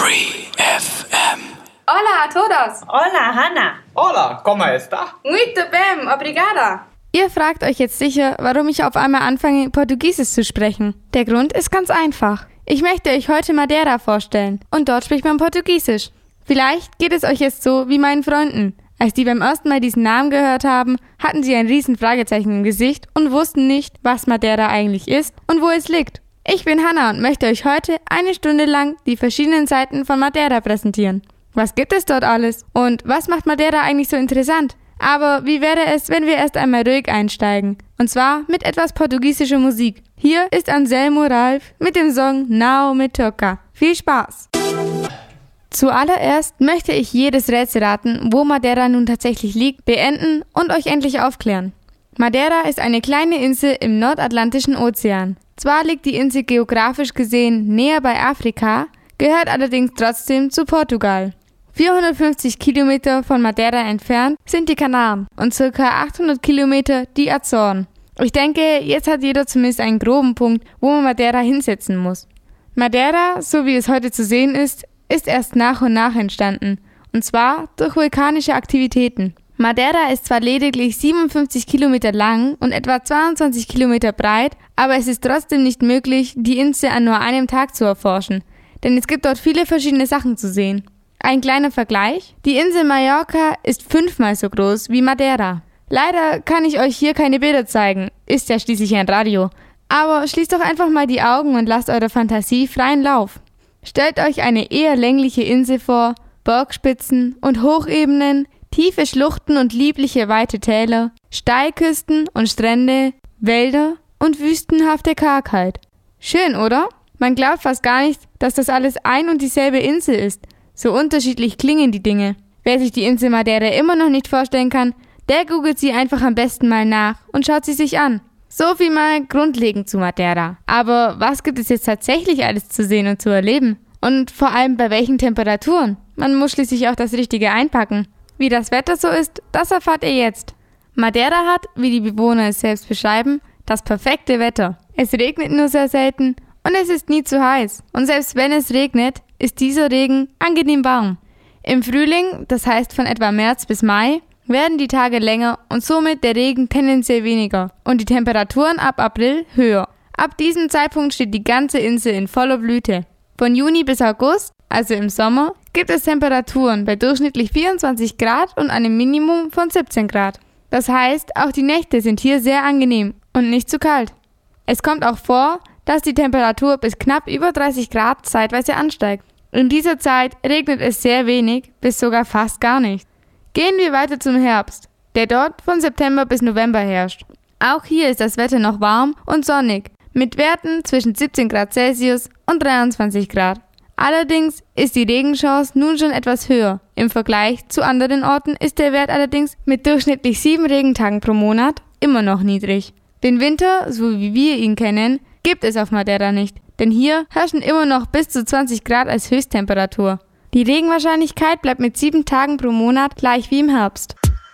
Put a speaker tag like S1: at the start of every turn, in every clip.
S1: Free FM.
S2: Hola a todos.
S3: Hola, Hanna.
S4: Hola, ¿cómo está?
S2: Muito bem, obrigada.
S5: Ihr fragt euch jetzt sicher, warum ich auf einmal anfange, Portugiesisch zu sprechen. Der Grund ist ganz einfach. Ich möchte euch heute Madeira vorstellen und dort spricht man Portugiesisch. Vielleicht geht es euch jetzt so wie meinen Freunden. Als die beim ersten Mal diesen Namen gehört haben, hatten sie ein riesen Fragezeichen im Gesicht und wussten nicht, was Madeira eigentlich ist und wo es liegt. Ich bin Hanna und möchte euch heute 1 Stunde lang die verschiedenen Seiten von Madeira präsentieren. Was gibt es dort alles? Und was macht Madeira eigentlich so interessant? Aber wie wäre es, wenn wir erst einmal ruhig einsteigen? Und zwar mit etwas portugiesischer Musik. Hier ist Anselmo Ralph mit dem Song Não Me Toca. Viel Spaß! Zuallererst möchte ich jedes Rätselraten, wo Madeira nun tatsächlich liegt, beenden und euch endlich aufklären. Madeira ist eine kleine Insel im Nordatlantischen Ozean. Zwar liegt die Insel geografisch gesehen näher bei Afrika, gehört allerdings trotzdem zu Portugal. 450 Kilometer von Madeira entfernt sind die Kanaren und ca. 800 Kilometer die Azoren. Ich denke, jetzt hat jeder zumindest einen groben Punkt, wo man Madeira hinsetzen muss. Madeira, so wie es heute zu sehen ist erst nach und nach entstanden, und zwar durch vulkanische Aktivitäten. Madeira ist zwar lediglich 57 Kilometer lang und etwa 22 Kilometer breit, aber es ist trotzdem nicht möglich, die Insel an nur einem Tag zu erforschen, denn es gibt dort viele verschiedene Sachen zu sehen. Ein kleiner Vergleich: Die Insel Mallorca ist 5-mal so groß wie Madeira. Leider kann ich euch hier keine Bilder zeigen, ist ja schließlich ein Radio. Aber schließt doch einfach mal die Augen und lasst eurer Fantasie freien Lauf. Stellt euch eine eher längliche Insel vor, Bergspitzen und Hochebenen, tiefe Schluchten und liebliche weite Täler, Steilküsten und Strände, Wälder und wüstenhafte Kargheit. Schön, oder? Man glaubt fast gar nicht, dass das alles ein und dieselbe Insel ist. So unterschiedlich klingen die Dinge. Wer sich die Insel Madeira immer noch nicht vorstellen kann, der googelt sie einfach am besten mal nach und schaut sie sich an. So viel mal grundlegend zu Madeira. Aber was gibt es jetzt tatsächlich alles zu sehen und zu erleben? Und vor allem bei welchen Temperaturen? Man muss schließlich auch das Richtige einpacken. Wie das Wetter so ist, das erfahrt ihr jetzt. Madeira hat, wie die Bewohner es selbst beschreiben, das perfekte Wetter. Es regnet nur sehr selten und es ist nie zu heiß. Und selbst wenn es regnet, ist dieser Regen angenehm warm. Im Frühling, das heißt von etwa März bis Mai, werden die Tage länger und somit der Regen tendenziell weniger und die Temperaturen ab April höher. Ab diesem Zeitpunkt steht die ganze Insel in voller Blüte. Von Juni bis August, also im Sommer, gibt es Temperaturen bei durchschnittlich 24 Grad und einem Minimum von 17 Grad. Das heißt, auch die Nächte sind hier sehr angenehm und nicht zu kalt. Es kommt auch vor, dass die Temperatur bis knapp über 30 Grad zeitweise ansteigt. In dieser Zeit regnet es sehr wenig bis sogar fast gar nicht. Gehen wir weiter zum Herbst, der dort von September bis November herrscht. Auch hier ist das Wetter noch warm und sonnig, mit Werten zwischen 17 Grad Celsius und 23 Grad. Allerdings ist die Regenchance nun schon etwas höher. Im Vergleich zu anderen Orten ist der Wert allerdings mit durchschnittlich 7 Regentagen pro Monat immer noch niedrig. Den Winter, so wie wir ihn kennen, gibt es auf Madeira nicht, denn hier herrschen immer noch bis zu 20 Grad als Höchsttemperatur. Die Regenwahrscheinlichkeit bleibt mit 7 Tagen pro Monat gleich wie im Herbst.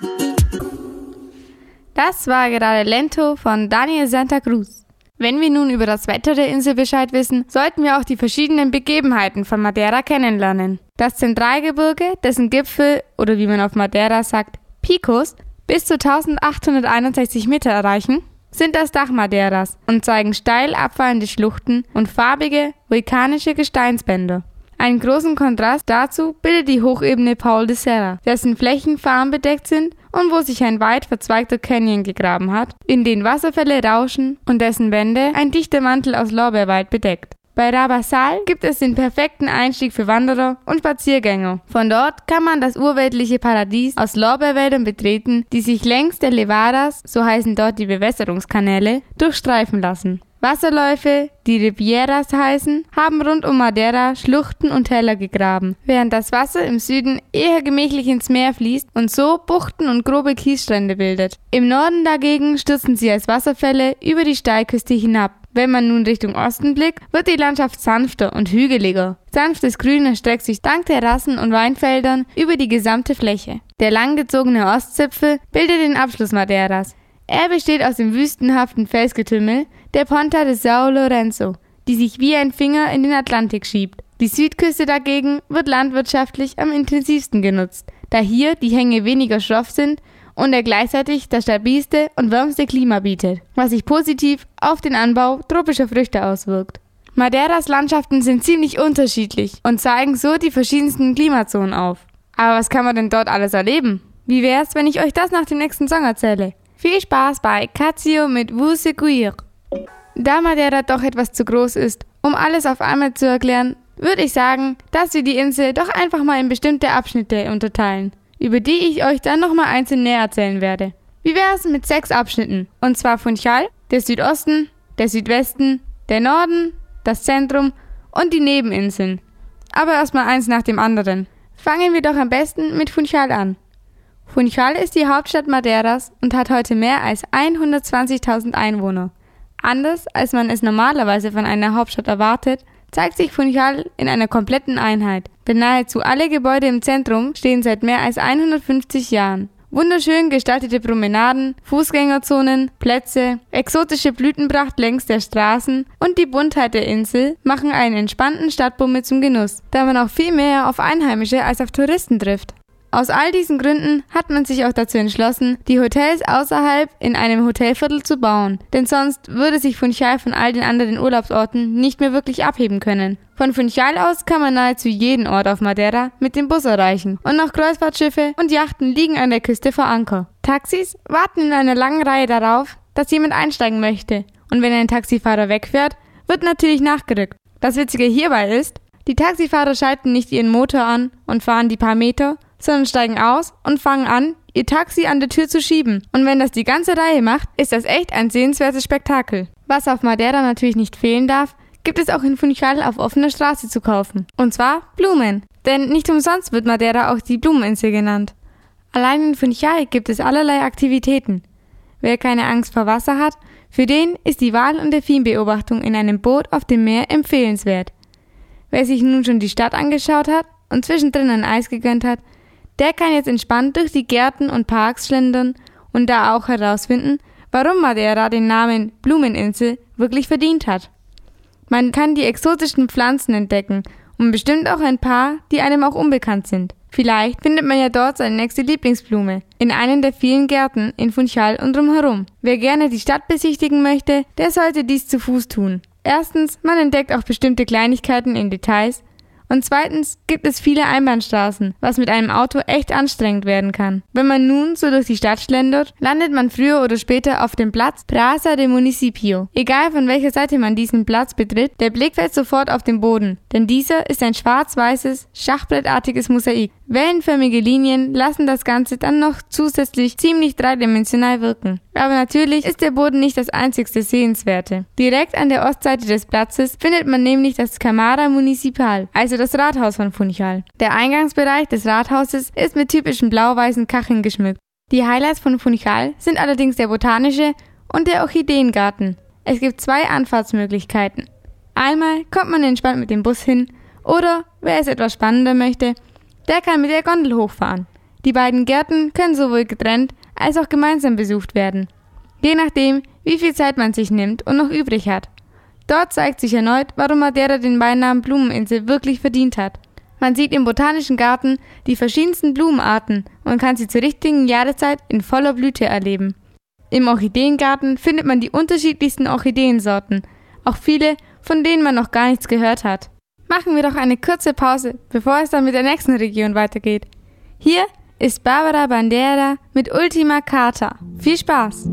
S5: Das war gerade Lento von Daniel Santa Cruz. Wenn wir nun über das Wetter der Insel Bescheid wissen, sollten wir auch die verschiedenen Begebenheiten von Madeira kennenlernen. Das Zentralgebirge, dessen Gipfel, oder wie man auf Madeira sagt, Picos, bis zu 1861 Meter erreichen, sind das Dach Madeiras und zeigen steil abfallende Schluchten und farbige, vulkanische Gesteinsbänder. Einen großen Kontrast dazu bildet die Hochebene Pau de Serra, dessen Flächen farnbedeckt sind und wo sich ein weit verzweigter Canyon gegraben hat, in den Wasserfälle rauschen und dessen Wände ein dichter Mantel aus Lorbeerwald bedeckt. Bei Rabassal gibt es den perfekten Einstieg für Wanderer und Spaziergänger. Von dort kann man das urweltliche Paradies aus Lorbeerwäldern betreten, die sich längs der Levadas, so heißen dort die Bewässerungskanäle, durchstreifen lassen. Wasserläufe, die Rivieras heißen, haben rund um Madeira Schluchten und Täler gegraben, während das Wasser im Süden eher gemächlich ins Meer fließt und so Buchten und grobe Kiesstrände bildet. Im Norden dagegen stürzen sie als Wasserfälle über die Steilküste hinab. Wenn man nun Richtung Osten blickt, wird die Landschaft sanfter und hügeliger. Sanftes Grün erstreckt sich dank Terrassen und Weinfeldern über die gesamte Fläche. Der langgezogene Ostzipfel bildet den Abschluss Madeiras. Er besteht aus dem wüstenhaften Felsgetümmel der Ponta de São Lourenço, die sich wie ein Finger in den Atlantik schiebt. Die Südküste dagegen wird landwirtschaftlich am intensivsten genutzt, da hier die Hänge weniger schroff sind und er gleichzeitig das stabilste und wärmste Klima bietet, was sich positiv auf den Anbau tropischer Früchte auswirkt. Madeiras Landschaften sind ziemlich unterschiedlich und zeigen so die verschiedensten Klimazonen auf. Aber was kann man denn dort alles erleben? Wie wär's, wenn ich euch das nach dem nächsten Song erzähle? Viel Spaß bei Cazio mit Vous Seguir. Da Madeira doch etwas zu groß ist, um alles auf einmal zu erklären, würde ich sagen, dass wir die Insel doch einfach mal in bestimmte Abschnitte unterteilen, über die ich euch dann nochmal einzeln näher erzählen werde. Wie wär's mit 6 Abschnitten? Und zwar Funchal, der Südosten, der Südwesten, der Norden, das Zentrum und die Nebeninseln. Aber erstmal eins nach dem anderen. Fangen wir doch am besten mit Funchal an. Funchal ist die Hauptstadt Madeiras und hat heute mehr als 120.000 Einwohner. Anders als man es normalerweise von einer Hauptstadt erwartet, zeigt sich Funchal in einer kompletten Einheit, denn nahezu alle Gebäude im Zentrum stehen seit mehr als 150 Jahren. Wunderschön gestaltete Promenaden, Fußgängerzonen, Plätze, exotische Blütenpracht längs der Straßen und die Buntheit der Insel machen einen entspannten Stadtbummel zum Genuss, da man auch viel mehr auf Einheimische als auf Touristen trifft. Aus all diesen Gründen hat man sich auch dazu entschlossen, die Hotels außerhalb in einem Hotelviertel zu bauen, denn sonst würde sich Funchal von all den anderen Urlaubsorten nicht mehr wirklich abheben können. Von Funchal aus kann man nahezu jeden Ort auf Madeira mit dem Bus erreichen und auch Kreuzfahrtschiffe und Yachten liegen an der Küste vor Anker. Taxis warten in einer langen Reihe darauf, dass jemand einsteigen möchte und wenn ein Taxifahrer wegfährt, wird natürlich nachgerückt. Das Witzige hierbei ist, die Taxifahrer schalten nicht ihren Motor an und fahren die paar Meter, sondern steigen aus und fangen an, ihr Taxi an der Tür zu schieben. Und wenn das die ganze Reihe macht, ist das echt ein sehenswertes Spektakel. Was auf Madeira natürlich nicht fehlen darf, gibt es auch in Funchal auf offener Straße zu kaufen. Und zwar Blumen. Denn nicht umsonst wird Madeira auch die Blumeninsel genannt. Allein in Funchal gibt es allerlei Aktivitäten. Wer keine Angst vor Wasser hat, für den ist die Wal- und Delfinbeobachtung in einem Boot auf dem Meer empfehlenswert. Wer sich nun schon die Stadt angeschaut hat und zwischendrin ein Eis gegönnt hat, der kann jetzt entspannt durch die Gärten und Parks schlendern und da auch herausfinden, warum Madeira den Namen Blumeninsel wirklich verdient hat. Man kann die exotischen Pflanzen entdecken und bestimmt auch ein paar, die einem auch unbekannt sind. Vielleicht findet man ja dort seine nächste Lieblingsblume, in einem der vielen Gärten in Funchal und drumherum. Wer gerne die Stadt besichtigen möchte, der sollte dies zu Fuß tun. Erstens, man entdeckt auch bestimmte Kleinigkeiten in Details. Und zweitens gibt es viele Einbahnstraßen, was mit einem Auto echt anstrengend werden kann. Wenn man nun so durch die Stadt schlendert, landet man früher oder später auf dem Platz Praça de Municipio. Egal von welcher Seite man diesen Platz betritt, der Blick fällt sofort auf den Boden, denn dieser ist ein schwarz-weißes, schachbrettartiges Mosaik. Wellenförmige Linien lassen das Ganze dann noch zusätzlich ziemlich dreidimensional wirken. Aber natürlich ist der Boden nicht das einzigste Sehenswerte. Direkt an der Ostseite des Platzes findet man nämlich das Câmara Municipal, also das Rathaus von Funchal. Der Eingangsbereich des Rathauses ist mit typischen blau-weißen Kacheln geschmückt. Die Highlights von Funchal sind allerdings der botanische und der Orchideengarten. Es gibt 2 Anfahrtsmöglichkeiten. Einmal kommt man entspannt mit dem Bus hin oder, wer es etwas spannender möchte, der kann mit der Gondel hochfahren. Die beiden Gärten können sowohl getrennt als auch gemeinsam besucht werden, je nachdem, wie viel Zeit man sich nimmt und noch übrig hat. Dort zeigt sich erneut, warum Madeira den Beinamen Blumeninsel wirklich verdient hat. Man sieht im Botanischen Garten die verschiedensten Blumenarten und kann sie zur richtigen Jahreszeit in voller Blüte erleben. Im Orchideengarten findet man die unterschiedlichsten Orchideensorten, auch viele, von denen man noch gar nichts gehört hat. Machen wir doch eine kurze Pause, bevor es dann mit der nächsten Region weitergeht. Hier ist Barbara Bandeira mit Ultima Carta. Viel Spaß!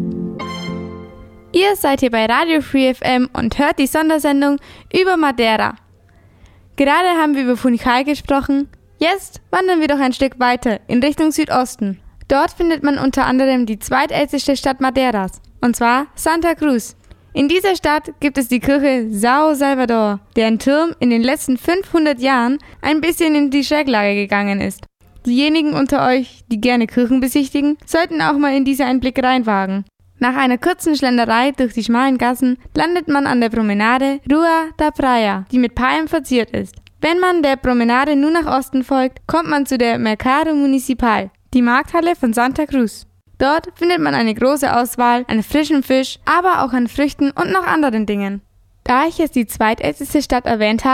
S5: Ihr seid hier bei Radio Free FM und hört die Sondersendung über Madeira. Gerade haben wir über Funchal gesprochen. Jetzt wandern wir doch ein Stück weiter in Richtung Südosten. Dort findet man unter anderem die zweitälteste Stadt Madeiras, und zwar Santa Cruz. In dieser Stadt gibt es die Kirche São Salvador, deren Turm in den letzten 500 Jahren ein bisschen in die Schräglage gegangen ist. Diejenigen unter euch, die gerne Kirchen besichtigen, sollten auch mal in diese einen Blick reinwagen. Nach einer kurzen Schlenderei durch die schmalen Gassen landet man an der Promenade Rua da Praia, die mit Palmen verziert ist. Wenn man der Promenade nun nach Osten folgt, kommt man zu der Mercado Municipal, die Markthalle von Santa Cruz. Dort findet man eine große Auswahl an frischem Fisch, aber auch an Früchten und noch anderen Dingen. Da ich jetzt die zweitälteste Stadt erwähnt habe,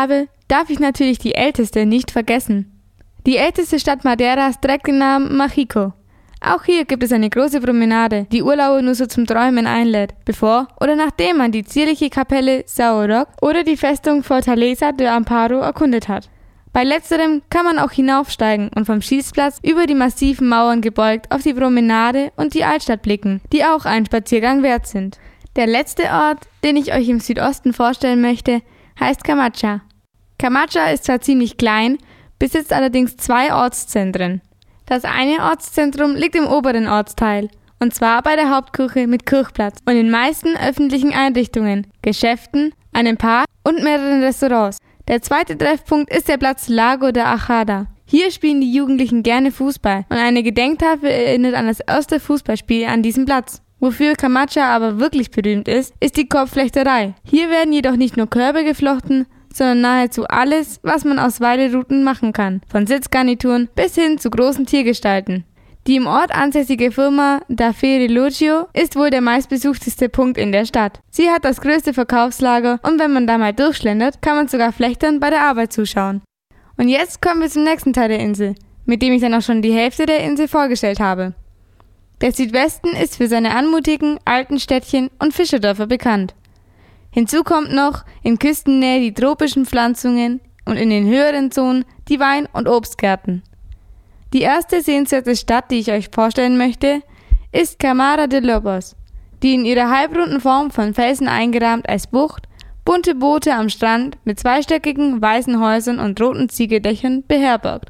S5: darf ich natürlich die älteste nicht vergessen. Die älteste Stadt Madeiras trägt den Namen Machico. Auch hier gibt es eine große Promenade, die Urlauber nur so zum Träumen einlädt, bevor oder nachdem man die zierliche Kapelle São Roque oder die Festung Fortaleza de Amparo erkundet hat. Bei letzterem kann man auch hinaufsteigen und vom Schießplatz über die massiven Mauern gebeugt auf die Promenade und die Altstadt blicken, die auch einen Spaziergang wert sind. Der letzte Ort, den ich euch im Südosten vorstellen möchte, heißt Camacha. Camacha ist zwar ziemlich klein, besitzt allerdings 2 Ortszentren. Das eine Ortszentrum liegt im oberen Ortsteil, und zwar bei der Hauptkirche mit Kirchplatz und den meisten öffentlichen Einrichtungen, Geschäften, einem Park und mehreren Restaurants. Der zweite Treffpunkt ist der Platz Lago de Achada. Hier spielen die Jugendlichen gerne Fußball und eine Gedenktafel erinnert an das erste Fußballspiel an diesem Platz. Wofür Camacha aber wirklich berühmt ist die Korbflechterei. Hier werden jedoch nicht nur Körbe geflochten, sondern nahezu alles, was man aus Weideruten machen kann, von Sitzgarnituren bis hin zu großen Tiergestalten. Die im Ort ansässige Firma Da Ferrilogio ist wohl der meistbesuchteste Punkt in der Stadt. Sie hat das größte Verkaufslager und wenn man da mal durchschlendert, kann man sogar Flechtern bei der Arbeit zuschauen. Und jetzt kommen wir zum nächsten Teil der Insel, mit dem ich dann auch schon die Hälfte der Insel vorgestellt habe. Der Südwesten ist für seine anmutigen, alten Städtchen und Fischerdörfer bekannt. Hinzu kommt noch in Küstennähe die tropischen Pflanzungen und in den höheren Zonen die Wein- und Obstgärten. Die erste sehenswerte Stadt, die ich euch vorstellen möchte, ist Camara de Lobos, die in ihrer halbrunden Form von Felsen eingerahmt als Bucht, bunte Boote am Strand mit zweistöckigen weißen Häusern und roten Ziegeldächern beherbergt.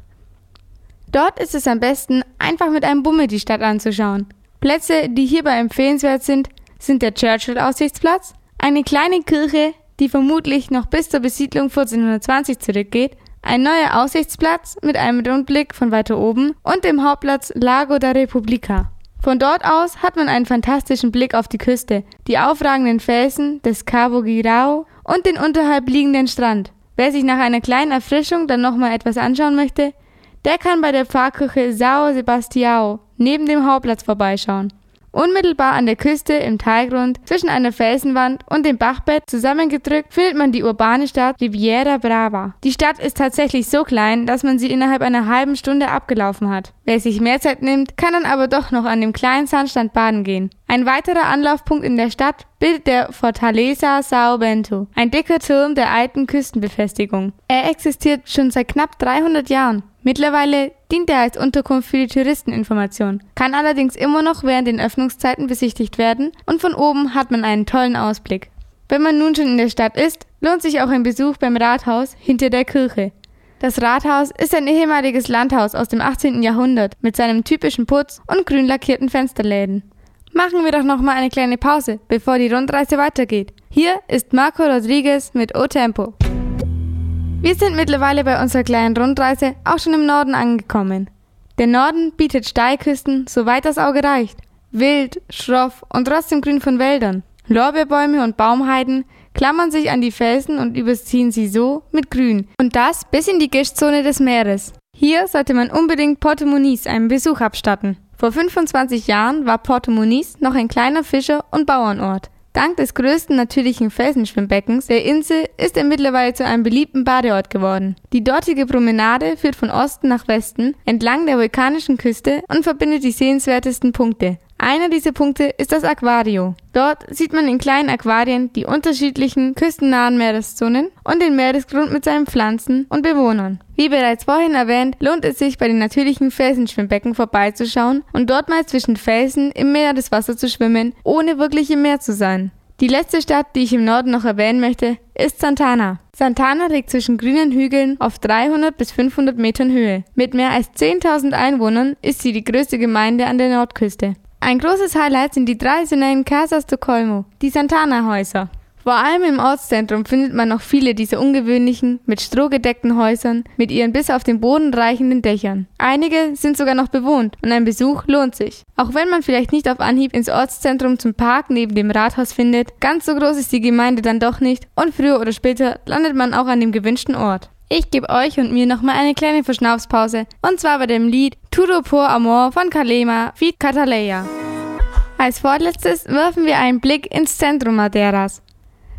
S5: Dort ist es am besten, einfach mit einem Bummel die Stadt anzuschauen. Plätze, die hierbei empfehlenswert sind der Churchill-Aussichtsplatz, eine kleine Kirche, die vermutlich noch bis zur Besiedlung 1420 zurückgeht, ein neuer Aussichtsplatz mit einem Rundblick von weiter oben und dem Hauptplatz Lago da Repubblica. Von dort aus hat man einen fantastischen Blick auf die Küste, die aufragenden Felsen des Cabo Girao und den unterhalb liegenden Strand. Wer sich nach einer kleinen Erfrischung dann nochmal etwas anschauen möchte, der kann bei der Pfarrkirche São Sebastião neben dem Hauptplatz vorbeischauen. Unmittelbar an der Küste im Talgrund zwischen einer Felsenwand und dem Bachbett zusammengedrückt findet man die urbane Stadt Riviera Brava. Die Stadt ist tatsächlich so klein, dass man sie innerhalb einer halben Stunde abgelaufen hat. Wer sich mehr Zeit nimmt, kann dann aber doch noch an dem kleinen Sandstrand baden gehen. Ein weiterer Anlaufpunkt in der Stadt bildet der Fortaleza São Bento, ein dicker Turm der alten Küstenbefestigung. Er existiert schon seit knapp 300 Jahren. Mittlerweile dient er als Unterkunft für die Touristeninformation, kann allerdings immer noch während den Öffnungszeiten besichtigt werden und von oben hat man einen tollen Ausblick. Wenn man nun schon in der Stadt ist, lohnt sich auch ein Besuch beim Rathaus hinter der Kirche. Das Rathaus ist ein ehemaliges Landhaus aus dem 18. Jahrhundert mit seinem typischen Putz und grün lackierten Fensterläden. Machen wir doch nochmal eine kleine Pause, bevor die Rundreise weitergeht. Hier ist Marco Rodriguez mit O Tempo. Wir sind mittlerweile bei unserer kleinen Rundreise auch schon im Norden angekommen. Der Norden bietet Steilküsten, soweit das Auge reicht. Wild, schroff und trotzdem grün von Wäldern. Lorbeerbäume und Baumheiden klammern sich an die Felsen und überziehen sie so mit Grün. Und das bis in die Gischt-Zone des Meeres. Hier sollte man unbedingt Porto Muniz einen Besuch abstatten. Vor 25 Jahren war Porto Muniz noch ein kleiner Fischer- und Bauernort. Dank des größten natürlichen Felsenschwimmbeckens der Insel ist er mittlerweile zu einem beliebten Badeort geworden. Die dortige Promenade führt von Osten nach Westen entlang der vulkanischen Küste und verbindet die sehenswertesten Punkte. Einer dieser Punkte ist das Aquario. Dort sieht man in kleinen Aquarien die unterschiedlichen küstennahen Meereszonen und den Meeresgrund mit seinen Pflanzen und Bewohnern. Wie bereits vorhin erwähnt, lohnt es sich, bei den natürlichen Felsenschwimmbecken vorbeizuschauen und dort mal zwischen Felsen im Meer des Wassers zu schwimmen, ohne wirklich im Meer zu sein. Die letzte Stadt, die ich im Norden noch erwähnen möchte, ist Santana. Santana liegt zwischen grünen Hügeln auf 300 bis 500 Metern Höhe. Mit mehr als 10.000 Einwohnern ist sie die größte Gemeinde an der Nordküste. Ein großes Highlight sind die traditionellen Casas do Colmo, die Santana-Häuser. Vor allem im Ortszentrum findet man noch viele dieser ungewöhnlichen, mit Stroh gedeckten Häusern mit ihren bis auf den Boden reichenden Dächern. Einige sind sogar noch bewohnt und ein Besuch lohnt sich. Auch wenn man vielleicht nicht auf Anhieb ins Ortszentrum zum Park neben dem Rathaus findet, ganz so groß ist die Gemeinde dann doch nicht und früher oder später landet man auch an dem gewünschten Ort. Ich gebe euch und mir nochmal eine kleine Verschnaufspause, und zwar bei dem Lied Tudo por Amor von Kalema feat. Cataleya. Als vorletztes werfen wir einen Blick ins Zentrum Madeiras.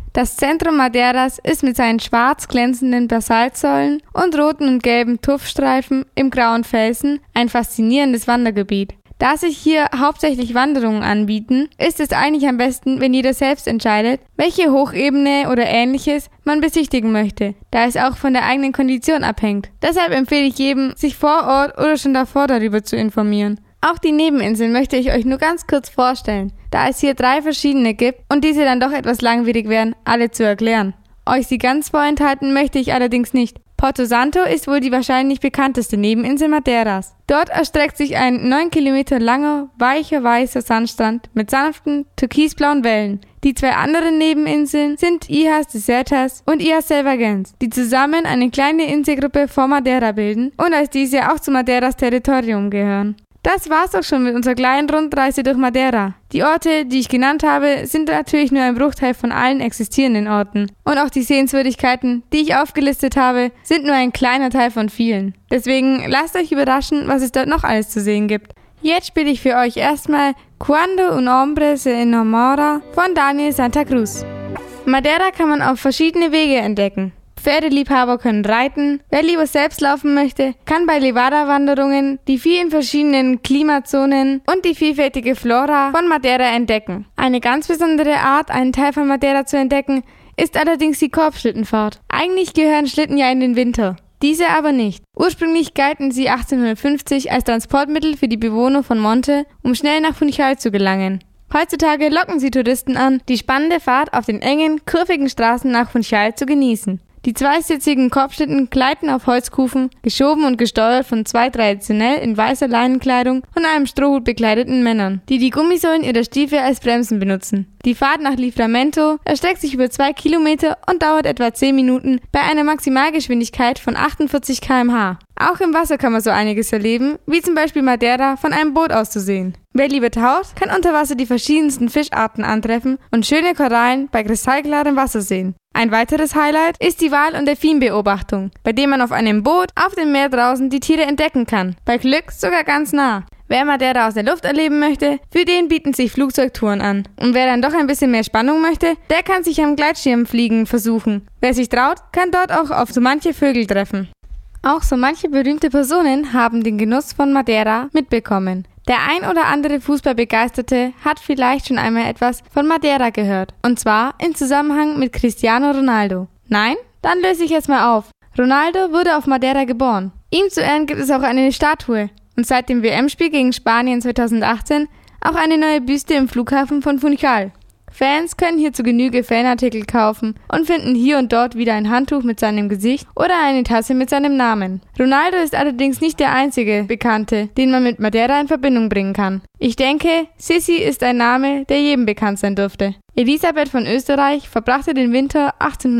S5: Das Zentrum Madeiras ist mit seinen schwarz glänzenden Basaltsäulen und roten und gelben Tuffstreifen im grauen Felsen ein faszinierendes Wandergebiet. Da sich hier hauptsächlich Wanderungen anbieten, ist es eigentlich am besten, wenn jeder selbst entscheidet, welche Hochebene oder Ähnliches man besichtigen möchte, da es auch von der eigenen Kondition abhängt. Deshalb empfehle ich jedem, sich vor Ort oder schon davor darüber zu informieren. Auch die Nebeninseln möchte ich euch nur ganz kurz vorstellen, da es hier 3 verschiedene gibt und diese dann doch etwas langwierig wären, alle zu erklären. Euch sie ganz vorenthalten möchte ich allerdings nicht. Porto Santo ist wohl die wahrscheinlich bekannteste Nebeninsel Madeiras. Dort erstreckt sich ein 9 Kilometer langer, weicher, weißer Sandstrand mit sanften, türkisblauen Wellen. Die 2 anderen Nebeninseln sind Ilhas Desertas und Ilhas Selvagens, die zusammen eine kleine Inselgruppe vor Madeira bilden und als diese auch zu Madeiras Territorium gehören. Das war's auch schon mit unserer kleinen Rundreise durch Madeira. Die Orte, die ich genannt habe, sind natürlich nur ein Bruchteil von allen existierenden Orten. Und auch die Sehenswürdigkeiten, die ich aufgelistet habe, sind nur ein kleiner Teil von vielen. Deswegen lasst euch überraschen, was es dort noch alles zu sehen gibt. Jetzt spiele ich für euch erstmal Cuando un hombre se enamora von Daniel Santa Cruz. Madeira kann man auf verschiedene Wege entdecken. Pferdeliebhaber können reiten, wer lieber selbst laufen möchte, kann bei Levada-Wanderungen die vielen verschiedenen Klimazonen und die vielfältige Flora von Madeira entdecken. Eine ganz besondere Art, einen Teil von Madeira zu entdecken, ist allerdings die Korbschlittenfahrt. Eigentlich gehören Schlitten ja in den Winter, diese aber nicht. Ursprünglich galten sie 1850 als Transportmittel für die Bewohner von Monte, um schnell nach Funchal zu gelangen. Heutzutage locken sie Touristen an, die spannende Fahrt auf den engen, kurvigen Straßen nach Funchal zu genießen. Die zweisitzigen Korbschlitten gleiten auf Holzkufen, geschoben und gesteuert von 2 traditionell in weißer Leinenkleidung und einem Strohhut bekleideten Männern, die die Gummisohlen ihrer Stiefel als Bremsen benutzen. Die Fahrt nach Livramento erstreckt sich über 2 Kilometer und dauert etwa 10 Minuten bei einer Maximalgeschwindigkeit von 48 km/h. Auch im Wasser kann man so einiges erleben, wie zum Beispiel Madeira von einem Boot aus zu sehen. Wer lieber taucht, kann unter Wasser die verschiedensten Fischarten antreffen und schöne Korallen bei kristallklarem Wasser sehen. Ein weiteres Highlight ist die Wal- und Delfinbeobachtung, bei dem man auf einem Boot auf dem Meer draußen die Tiere entdecken kann, bei Glück sogar ganz nah. Wer Madeira aus der Luft erleben möchte, für den bieten sich Flugzeugtouren an. Und wer dann doch ein bisschen mehr Spannung möchte, der kann sich am Gleitschirmfliegen versuchen. Wer sich traut, kann dort auch auf so manche Vögel treffen. Auch so manche berühmte Personen haben den Genuss von Madeira mitbekommen. Der ein oder andere Fußballbegeisterte hat vielleicht schon einmal etwas von Madeira gehört. Und zwar im Zusammenhang mit Cristiano Ronaldo. Nein? Dann löse ich jetzt mal auf. Ronaldo wurde auf Madeira geboren. Ihm zu Ehren gibt es auch eine Statue. Und seit dem WM-Spiel gegen Spanien 2018 auch eine neue Büste im Flughafen von Funchal. Fans können hier zu Genüge Fanartikel kaufen und finden hier und dort wieder ein Handtuch mit seinem Gesicht oder eine Tasse mit seinem Namen. Ronaldo ist allerdings nicht der einzige Bekannte, den man mit Madeira in Verbindung bringen kann. Ich denke, Sissi ist ein Name, der jedem bekannt sein dürfte. Elisabeth von Österreich verbrachte den Winter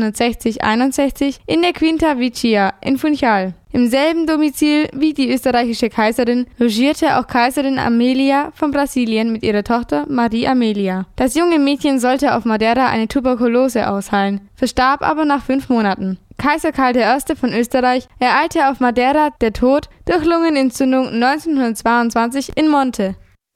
S5: 1860-61 in der Quinta Vicia in Funchal. Im selben Domizil wie die österreichische Kaiserin logierte auch Kaiserin Amelia von Brasilien mit ihrer Tochter Marie Amelia. Das junge Mädchen sollte auf Madeira eine Tuberkulose ausheilen, verstarb aber nach 5 Monaten. Kaiser Karl I. von Österreich ereilte auf Madeira der Tod durch Lungenentzündung 1922 in Monte.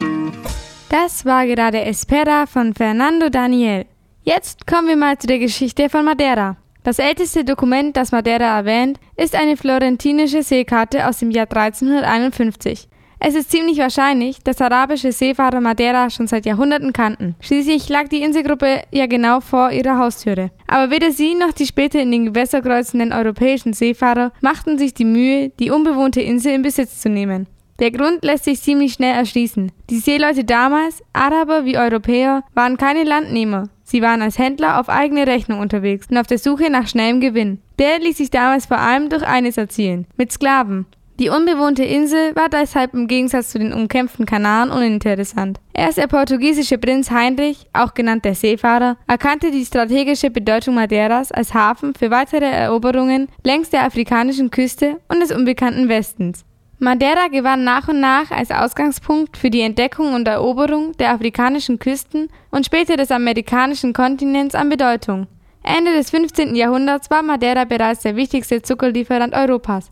S5: Das war gerade Espera von Fernando Daniel. Jetzt kommen wir mal zu der Geschichte von Madeira. Das älteste Dokument, das Madeira erwähnt, ist eine florentinische Seekarte aus dem Jahr 1351. Es ist ziemlich wahrscheinlich, dass arabische Seefahrer Madeira schon seit Jahrhunderten kannten. Schließlich lag die Inselgruppe ja genau vor ihrer Haustüre. Aber weder sie noch die später in den Gewässer kreuzenden europäischen Seefahrer machten sich die Mühe, die unbewohnte Insel in Besitz zu nehmen. Der Grund lässt sich ziemlich schnell erschließen. Die Seeleute damals, Araber wie Europäer, waren keine Landnehmer. Sie waren als Händler auf eigene Rechnung unterwegs und auf der Suche nach schnellem Gewinn. Der ließ sich damals vor allem durch eines erzielen: mit Sklaven. Die unbewohnte Insel war deshalb im Gegensatz zu den umkämpften Kanaren uninteressant. Erst der portugiesische Prinz Heinrich, auch genannt der Seefahrer, erkannte die strategische Bedeutung Madeiras als Hafen für weitere Eroberungen längs der afrikanischen Küste und des unbekannten Westens. Madeira gewann nach und nach als Ausgangspunkt für die Entdeckung und Eroberung der afrikanischen Küsten und später des amerikanischen Kontinents an Bedeutung. Ende des 15. Jahrhunderts war Madeira bereits der wichtigste Zuckerlieferant Europas.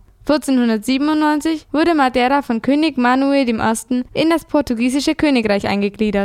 S5: 1497 wurde Madeira von König Manuel I. in das portugiesische Königreich eingegliedert.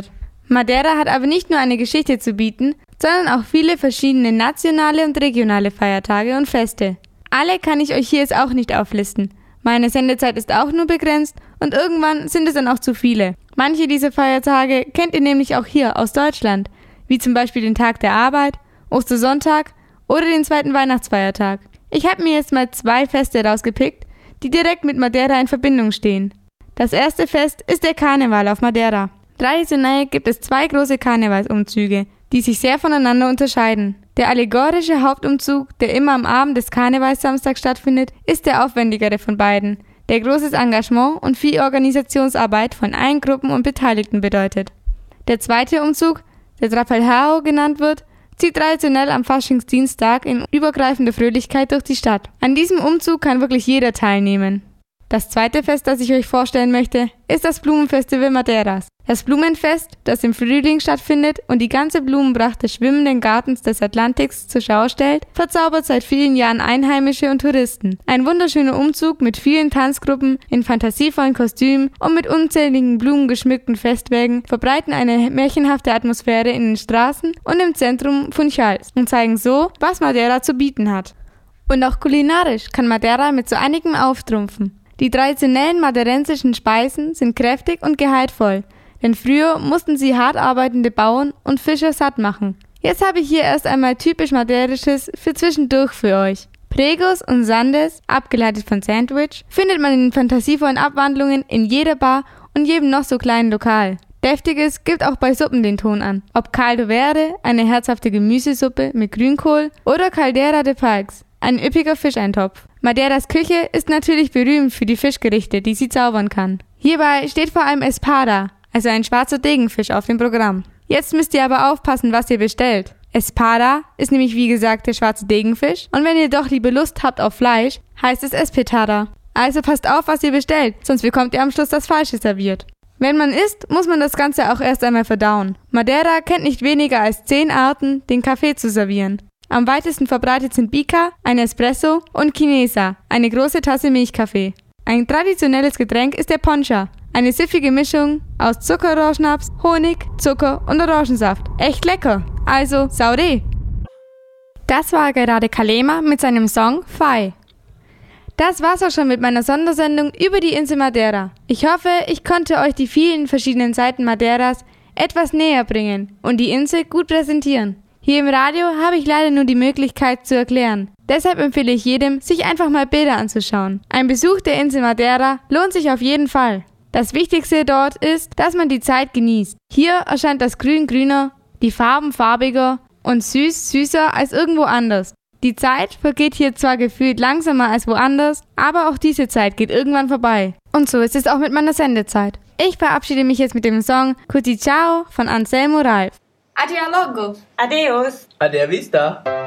S5: Madeira hat aber nicht nur eine Geschichte zu bieten, sondern auch viele verschiedene nationale und regionale Feiertage und Feste. Alle kann ich euch hier jetzt auch nicht auflisten. Meine Sendezeit ist auch nur begrenzt und irgendwann sind es dann auch zu viele. Manche dieser Feiertage kennt ihr nämlich auch hier aus Deutschland, wie zum Beispiel den Tag der Arbeit, Ostersonntag oder den zweiten Weihnachtsfeiertag. Ich habe mir jetzt mal 2 Feste rausgepickt, die direkt mit Madeira in Verbindung stehen. Das erste Fest ist der Karneval auf Madeira. Traditionell gibt es 2 große Karnevalsumzüge, die sich sehr voneinander unterscheiden. Der allegorische Hauptumzug, der immer am Abend des Karnevalssamstags stattfindet, ist der aufwendigere von beiden, der großes Engagement und viel Organisationsarbeit von allen Gruppen und Beteiligten bedeutet. Der zweite Umzug, der Trapalhao genannt wird, zieht traditionell am Faschingsdienstag in übergreifender Fröhlichkeit durch die Stadt. An diesem Umzug kann wirklich jeder teilnehmen. Das zweite Fest, das ich euch vorstellen möchte, ist das Blumenfestival Madeiras. Das Blumenfest, das im Frühling stattfindet und die ganze Blumenpracht des schwimmenden Gartens des Atlantiks zur Schau stellt, verzaubert seit vielen Jahren Einheimische und Touristen. Ein wunderschöner Umzug mit vielen Tanzgruppen in fantasievollen Kostümen und mit unzähligen blumengeschmückten Festwägen verbreiten eine märchenhafte Atmosphäre in den Straßen und im Zentrum Funchals und zeigen so, was Madeira zu bieten hat. Und auch kulinarisch kann Madeira mit so einigem auftrumpfen. Die traditionellen madeirensischen Speisen sind kräftig und gehaltvoll, denn früher mussten sie hart arbeitende Bauern und Fischer satt machen. Jetzt habe ich hier erst einmal typisch madeirisches für zwischendurch für euch. Pregos und Sandes, abgeleitet von Sandwich, findet man in fantasievollen Abwandlungen in jeder Bar und jedem noch so kleinen Lokal. Deftiges gibt auch bei Suppen den Ton an. Ob Caldo Verde, eine herzhafte Gemüsesuppe mit Grünkohl, oder Caldera de Palks, ein üppiger Fischeintopf. Madeiras Küche ist natürlich berühmt für die Fischgerichte, die sie zaubern kann. Hierbei steht vor allem Espada, also ein schwarzer Degenfisch, auf dem Programm. Jetzt müsst ihr aber aufpassen, was ihr bestellt. Espada ist nämlich wie gesagt der schwarze Degenfisch und wenn ihr doch lieber Lust habt auf Fleisch, heißt es Espetada. Also passt auf, was ihr bestellt, sonst bekommt ihr am Schluss das Falsche serviert. Wenn man isst, muss man das Ganze auch erst einmal verdauen. Madeira kennt nicht weniger als 10 Arten, den Kaffee zu servieren. Am weitesten verbreitet sind Bica, ein Espresso und Chinesa, eine große Tasse Milchkaffee. Ein traditionelles Getränk ist der Poncha, eine süffige Mischung aus Zuckerrohrschnaps, Honig, Zucker und Orangensaft. Echt lecker, also Sauré! Das war gerade Kalema mit seinem Song Fai. Das war's auch schon mit meiner Sondersendung über die Insel Madeira. Ich hoffe, ich konnte euch die vielen verschiedenen Seiten Madeiras etwas näher bringen und die Insel gut präsentieren. Hier im Radio habe ich leider nur die Möglichkeit zu erklären. Deshalb empfehle ich jedem, sich einfach mal Bilder anzuschauen. Ein Besuch der Insel Madeira lohnt sich auf jeden Fall. Das Wichtigste dort ist, dass man die Zeit genießt. Hier erscheint das Grün grüner, die Farben farbiger und süß süßer als irgendwo anders. Die Zeit vergeht hier zwar gefühlt langsamer als woanders, aber auch diese Zeit geht irgendwann vorbei. Und so ist es auch mit meiner Sendezeit. Ich verabschiede mich jetzt mit dem Song Cuti Ciao von Anselmo Ralph.
S2: Adialogo.
S1: Adeus.
S3: A der Vista.